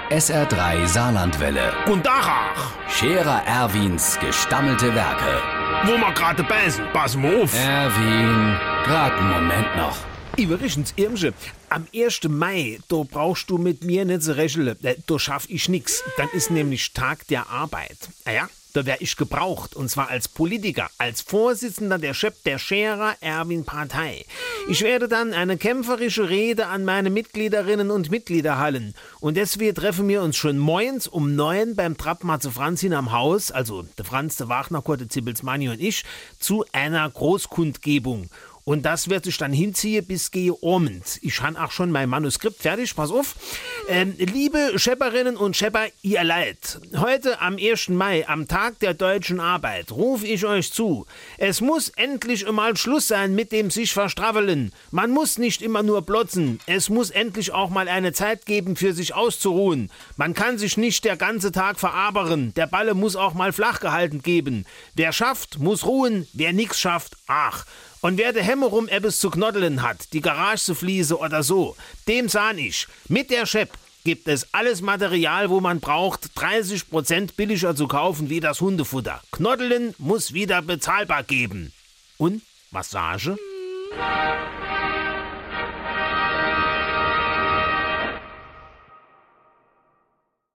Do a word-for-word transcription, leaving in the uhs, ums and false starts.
S R drei Saarlandwelle. Guten Tag. Scherer Erwins gestammelte Werke. Wo wir gerade beißen, pass mal auf. Erwin, grad einen Moment noch. Übrigens, Irmsche, am ersten Mai, da brauchst du mit mir nicht so rechnen. Äh, Da schaff ich nix. Dann ist nämlich Tag der Arbeit. Ah ja, da wär ich gebraucht. Und zwar als Politiker, als Vorsitzender der Chef der Scherer Erwin Partei. Ich werde dann eine kämpferische Rede an meine Mitgliederinnen und Mitglieder halten. Und deswegen treffen wir uns schon morgens um neun beim Trappmatze Franzin am Haus, also der Franz, der Wagner, Kurt, Zippelsmanni und ich, zu einer Großkundgebung. Und das wird sich dann hinziehen bis gehe Ormend. Ich habe auch schon mein Manuskript fertig, pass auf. Ähm, liebe Schepperinnen und Schepper, ihr Leid. Heute am ersten Mai, am Tag der deutschen Arbeit, rufe ich euch zu. Es muss endlich einmal Schluss sein mit dem sich verstraffelen. Man muss nicht immer nur blotzen. Es muss endlich auch mal eine Zeit geben, für sich auszuruhen. Man kann sich nicht der ganze Tag verabern. Der Balle muss auch mal flach gehalten geben. Wer schafft, muss ruhen. Wer nix schafft, ach. Und wer de Hämmerum etwas zu knoddeln hat, die Garage zu fließen oder so, dem sah ich, mit der Schepp gibt es alles Material, wo man braucht, dreißig Prozent billiger zu kaufen wie das Hundefutter. Knoddeln muss wieder bezahlbar geben. Und, was sage ich?